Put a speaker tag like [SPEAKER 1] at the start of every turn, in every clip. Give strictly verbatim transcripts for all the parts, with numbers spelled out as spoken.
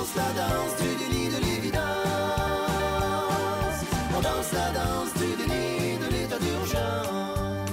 [SPEAKER 1] danse la danse du déni de l'évidence. On danse la danse du déni de l'état d'urgence.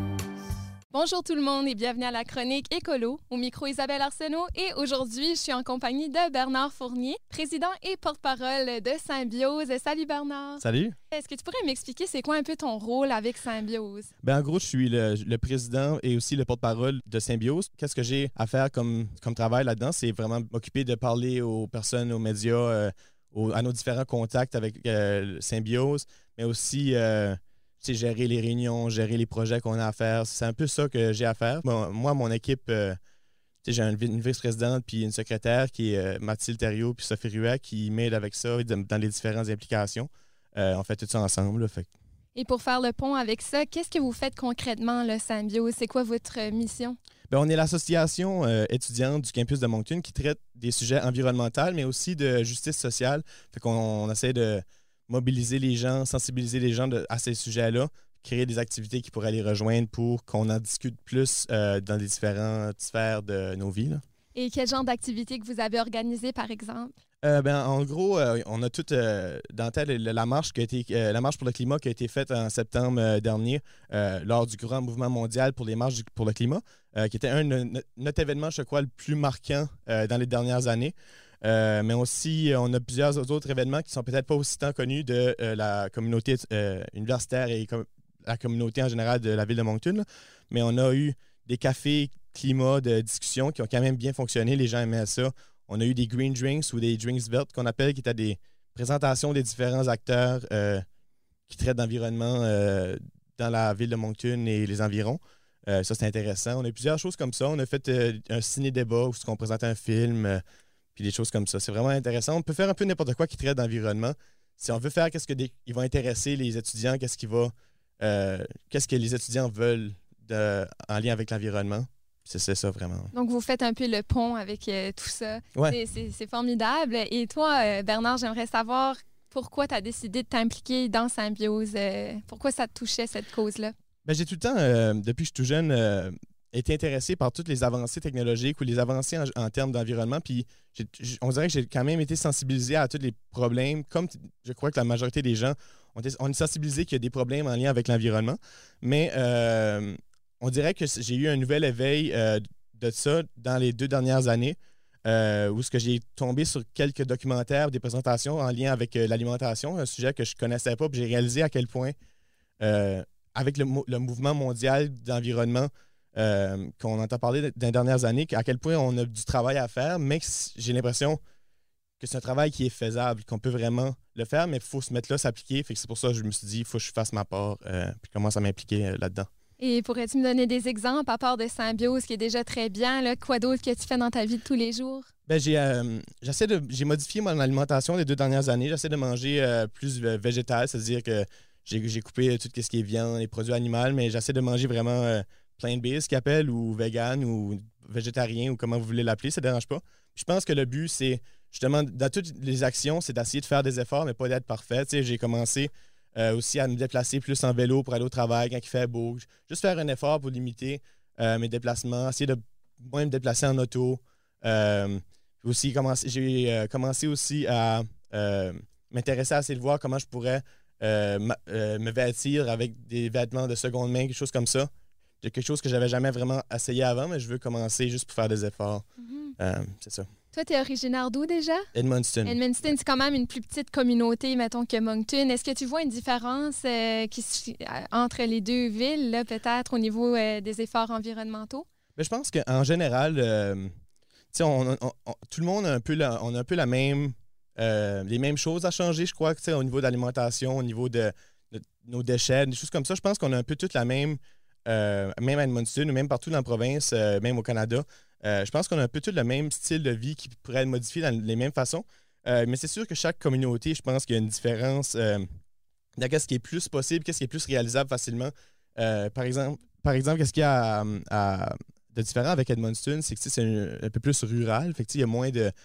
[SPEAKER 2] Bonjour tout le monde et bienvenue à la chronique Écolo. Au micro Isabelle Arsenault et aujourd'hui, je suis en compagnie de Bernard Fournier, président et porte-parole de Symbiose. Salut Bernard.
[SPEAKER 3] Salut.
[SPEAKER 2] Est-ce que tu pourrais m'expliquer c'est quoi un peu ton rôle avec Symbiose?
[SPEAKER 3] Ben, en gros, je suis le, le président et aussi le porte-parole de Symbiose. Qu'est-ce que j'ai à faire comme, comme travail là-dedans? C'est vraiment m'occuper de parler aux personnes, aux médias, euh, aux, à nos différents contacts avec euh, Symbiose, mais aussi euh, gérer les réunions, gérer les projets qu'on a à faire. C'est un peu ça que j'ai à faire. Bon, moi, mon équipe, euh, j'ai une, une vice-présidente puis une secrétaire qui est euh, Mathilde Thériault puis Sophie Ruet qui m'aident avec ça dans les différentes implications. Euh, on fait tout ça ensemble. Là, fait.
[SPEAKER 2] Et pour faire le pont avec ça, qu'est-ce que vous faites concrètement, le Symbiose? C'est quoi votre mission?
[SPEAKER 3] Bien, on est l'association euh, étudiante du campus de Moncton qui traite des sujets environnementaux, mais aussi de justice sociale. Fait qu'on on essaie de mobiliser les gens, sensibiliser les gens de, à ces sujets-là, créer des activités qui pourraient les rejoindre pour qu'on en discute plus euh, dans les différentes sphères de nos vies. Là.
[SPEAKER 2] Et quel genre d'activités que vous avez organisées, par exemple?
[SPEAKER 3] Euh, ben, en gros, euh, on a tout euh, dans la tête la marche qui a été, euh, la marche pour le climat qui a été faite en septembre euh, dernier euh, lors du grand mouvement mondial pour les marches du, pour le climat, euh, qui était un de notre événement, je crois, le plus marquant euh, dans les dernières années. Euh, mais aussi, on a plusieurs autres événements qui sont peut-être pas aussi tant connus de euh, la communauté euh, universitaire et com- la communauté en général de la ville de Moncton. Là. Mais on a eu des cafés climat de discussion qui ont quand même bien fonctionné. Les gens aimaient ça. On a eu des green drinks ou des drinks vertes qu'on appelle, qui étaient des présentations des différents acteurs euh, qui traitent d'environnement euh, dans la ville de Moncton et les environs. Euh, ça, c'est intéressant. On a eu plusieurs choses comme ça. On a fait euh, un ciné-débat où on présentait un film, euh, puis des choses comme ça. C'est vraiment intéressant. On peut faire un peu n'importe quoi qui traite d'environnement. Si on veut faire qu'est-ce qui va intéresser les étudiants, qu'est-ce qui va, euh, qu'est-ce que les étudiants veulent de, en lien avec l'environnement. C'est, c'est ça, vraiment.
[SPEAKER 2] Donc, vous faites un peu le pont avec euh, tout ça.
[SPEAKER 3] Ouais.
[SPEAKER 2] C'est, c'est, c'est formidable. Et toi, euh, Bernard, j'aimerais savoir pourquoi tu as décidé de t'impliquer dans Symbiose. Euh, pourquoi ça te touchait, cette cause-là?
[SPEAKER 3] Ben, j'ai tout le temps, euh, depuis que je suis tout jeune, euh, été intéressé par toutes les avancées technologiques ou les avancées en, en termes d'environnement. Puis, j'ai, on dirait que j'ai quand même été sensibilisé à tous les problèmes. Comme je crois que la majorité des gens, on est, on est sensibilisé qu'il y a des problèmes en lien avec l'environnement. Mais... Euh, on dirait que j'ai eu un nouvel éveil euh, de ça dans les deux dernières années, euh, où ce que j'ai tombé sur quelques documentaires, des présentations en lien avec euh, l'alimentation, un sujet que je ne connaissais pas, puis j'ai réalisé à quel point, euh, avec le, le mouvement mondial d'environnement euh, qu'on entend parler dans les dernières années, à quel point on a du travail à faire, mais j'ai l'impression que c'est un travail qui est faisable, qu'on peut vraiment le faire, mais il faut se mettre là, s'appliquer. Fait que c'est pour ça que je me suis dit, il faut que je fasse ma part, euh, puis commence à m'impliquer euh, là-dedans.
[SPEAKER 2] Et pourrais-tu me donner des exemples à part de Symbiose, qui est déjà très bien? Là, quoi d'autre que tu fais dans ta vie de tous les jours?
[SPEAKER 3] Ben, j'ai, euh, j'essaie de, j'ai modifié mon alimentation les deux dernières années. J'essaie de manger euh, plus euh, végétal, c'est-à-dire que j'ai, j'ai coupé tout ce qui est viande, les produits animaux, mais j'essaie de manger vraiment euh, plant-based, qu'ils appellent, ou vegan, ou végétarien, ou comment vous voulez l'appeler, ça ne dérange pas. Puis je pense que le but, c'est justement, dans toutes les actions, c'est d'essayer de faire des efforts, mais pas d'être parfait. Tu sais, j'ai commencé... Euh, aussi à me déplacer plus en vélo pour aller au travail quand il fait beau. Juste faire un effort pour limiter euh, mes déplacements, essayer de moins me déplacer en auto. Euh, aussi commencé, j'ai euh, commencé aussi à euh, m'intéresser à essayer de voir comment je pourrais euh, ma, euh, me vêtir avec des vêtements de seconde main, quelque chose comme ça. C'est quelque chose que j'avais jamais vraiment essayé avant, mais je veux commencer juste pour faire des efforts. Mm-hmm. Euh, c'est ça.
[SPEAKER 2] Toi, tu es originaire d'où déjà?
[SPEAKER 3] Edmundston.
[SPEAKER 2] Edmundston, c'est quand même une plus petite communauté, mettons, que Moncton. Est-ce que tu vois une différence euh, qui, euh, entre les deux villes, là, peut-être, au niveau euh, des efforts environnementaux?
[SPEAKER 3] Bien, je pense qu'en général, euh, on, on, on, tout le monde a un peu la, on a un peu la même, euh, les mêmes choses à changer, je crois, au niveau de l'alimentation, au niveau de, de nos déchets, des choses comme ça. Je pense qu'on a un peu toute la même... Euh, même à Edmundston ou même partout dans la province, euh, même au Canada, euh, je pense qu'on a un peu tout le même style de vie qui pourrait être modifié dans les mêmes façons. Euh, mais c'est sûr que chaque communauté, je pense qu'il y a une différence euh, dans qu'est-ce qui est plus possible, qu'est-ce qui est plus réalisable facilement. Euh, par exemple, par exemple, qu'est-ce qu'il y a à, à, de différent avec Edmundston, c'est que c'est un, un peu plus rural. Fait que, il y a moins de...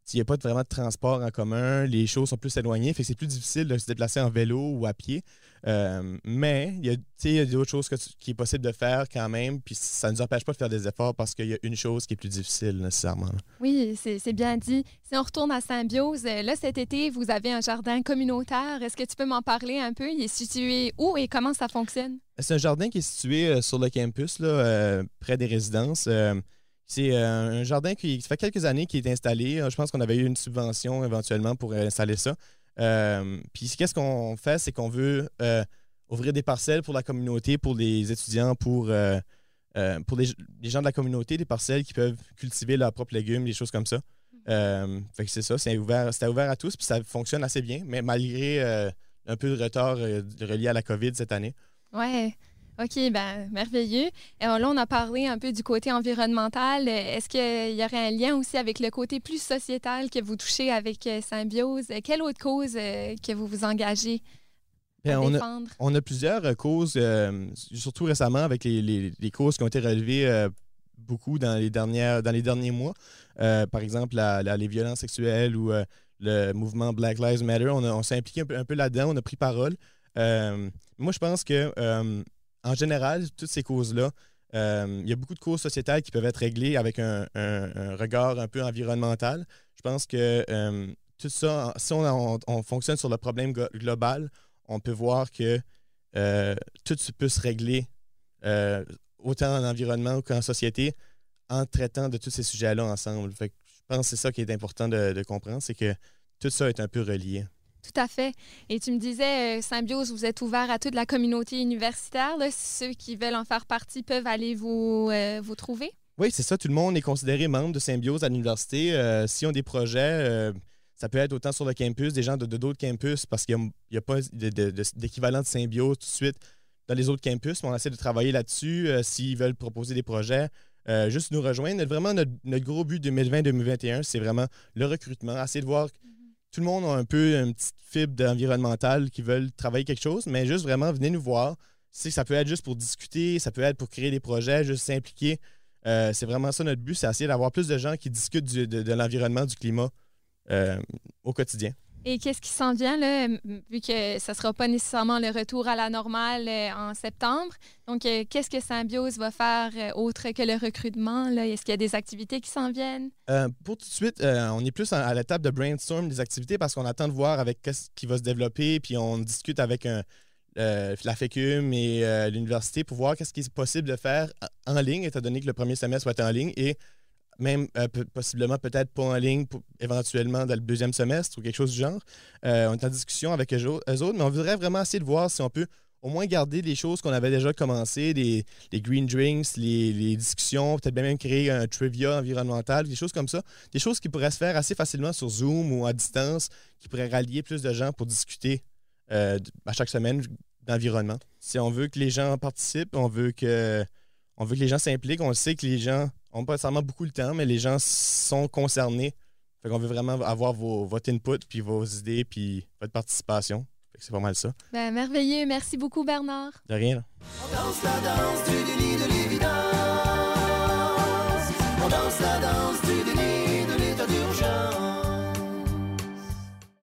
[SPEAKER 3] il n'y a pas de- vraiment de transport en commun, les choses sont plus éloignées, fait que c'est plus difficile de se déplacer en vélo ou à pied. Euh, mais il y a, tu sais, il y a d'autres choses que tu- qui est possible de faire quand même, puis ça ne nous empêche pas de faire des efforts parce qu'il y a une chose qui est plus difficile nécessairement. là.
[SPEAKER 2] Oui, c'est c'est bien dit. Si on retourne à Symbiose, euh, là, cet été, vous avez un jardin communautaire. Est-ce que tu peux m'en parler un peu? Il est situé où et comment ça fonctionne?
[SPEAKER 3] C'est un jardin qui est situé euh, sur le campus, là, euh, près des résidences. Euh, c'est euh, un jardin qui ça fait quelques années qui est installé. Euh, Je pense qu'on avait eu une subvention éventuellement pour installer ça. Euh, Puis qu'est-ce qu'on fait, c'est qu'on veut euh, ouvrir des parcelles pour la communauté, pour les étudiants, pour, euh, euh, pour les, les gens de la communauté, des parcelles qui peuvent cultiver leurs propres légumes, des choses comme ça. Euh, fait que c'est ça, c'est ouvert, c'était ouvert à tous, puis ça fonctionne assez bien, mais malgré euh, un peu de retard euh, relié à la COVID cette année.
[SPEAKER 2] Ouais. OK, ben merveilleux. Et là, on a parlé un peu du côté environnemental. Est-ce qu'il y aurait un lien aussi avec le côté plus sociétal que vous touchez avec euh, Symbiose? Quelle autre cause euh, que vous vous engagez
[SPEAKER 3] Bien,
[SPEAKER 2] à
[SPEAKER 3] on, a,
[SPEAKER 2] défendre?
[SPEAKER 3] on a plusieurs euh, causes, euh, surtout récemment avec les, les- les causes qui ont été relevées euh, beaucoup dans les, dernières, dans les derniers mois. Euh, par exemple, la- la- les violences sexuelles ou euh, le mouvement Black Lives Matter. On, a- on s'est impliqué un peu, un peu là-dedans, on a pris parole. Euh, moi, je pense que euh, en général, toutes ces causes-là, euh, il y a beaucoup de causes sociétales qui peuvent être réglées avec un, un- un regard un peu environnemental. Je pense que euh, tout ça, si on, on- on fonctionne sur le problème go- global, on peut voir que euh, tout se peut se régler euh, autant en environnement qu'en société en traitant de tous ces sujets-là ensemble. Fait que je pense que c'est ça qui est important de, de comprendre, c'est que tout ça est un peu relié.
[SPEAKER 2] Tout à fait. Et tu me disais, euh, Symbiose, vous êtes ouvert à toute la communauté universitaire. Là. Ceux qui veulent en faire partie peuvent aller vous, euh, vous trouver.
[SPEAKER 3] Oui, c'est ça. Tout le monde est considéré membre de Symbiose à l'université. Euh, S'ils ont des projets, euh, ça peut être autant sur le campus, des gens de de d'autres campus, parce qu'il n'y a, a pas de- de- de- d'équivalent de Symbiose tout de suite dans les autres campus, mais on essaie de travailler là-dessus. Euh, S'ils veulent proposer des projets, euh, juste nous rejoindre. Vraiment, notre, notre gros but deux mille vingt deux mille vingt et un, c'est vraiment le recrutement. Essayer de voir tout le monde a un peu une petite fibre environnementale qui veulent travailler quelque chose, mais juste vraiment, venez nous voir. C'est, ça peut être juste pour discuter, ça peut être pour créer des projets, juste s'impliquer. Euh, c'est vraiment ça notre but, c'est essayer d'avoir plus de gens qui discutent du- de, de l'environnement, du climat euh, au quotidien.
[SPEAKER 2] Et qu'est-ce qui s'en vient, là, m- vu que ça ne sera pas nécessairement le retour à la normale euh, en septembre? Donc, euh, qu'est-ce que Symbiose va faire euh, autre que le recrutement? Là? Est-ce qu'il y a des activités qui s'en viennent?
[SPEAKER 3] Euh, pour tout de suite, euh, on est plus à, à l'étape de brainstorm des activités parce qu'on attend de voir avec qu'est-ce qui va se développer, puis on discute avec un, euh, la FECUM et euh, l'université pour voir qu'est-ce qui est possible de faire en en ligne, étant donné que le premier semestre va être en ligne, et même euh, pe- possiblement peut-être pas en ligne, pour- éventuellement dans le deuxième semestre ou quelque chose du genre. Euh, on est en discussion avec eux, au- eux autres, mais on voudrait vraiment essayer de voir si on peut au moins garder des choses qu'on avait déjà commencées, les, les green drinks, les, les discussions, peut-être même créer un trivia environnemental, des choses comme ça. Des choses qui pourraient se faire assez facilement sur Zoom ou à distance, qui pourraient rallier plus de gens pour discuter euh, d- à chaque semaine d'environnement. Si on veut que les gens participent, on veut que, on veut que les gens s'impliquent, on sait que les gens n'ont pas nécessairement beaucoup le temps, mais les gens sont concernés. Fait qu'on veut vraiment avoir vos, votre input, puis vos idées, puis votre participation. Fait que c'est pas mal ça.
[SPEAKER 2] Ben, merveilleux. Merci beaucoup, Bernard.
[SPEAKER 3] De rien. là.
[SPEAKER 1] On danse la danse du dîner.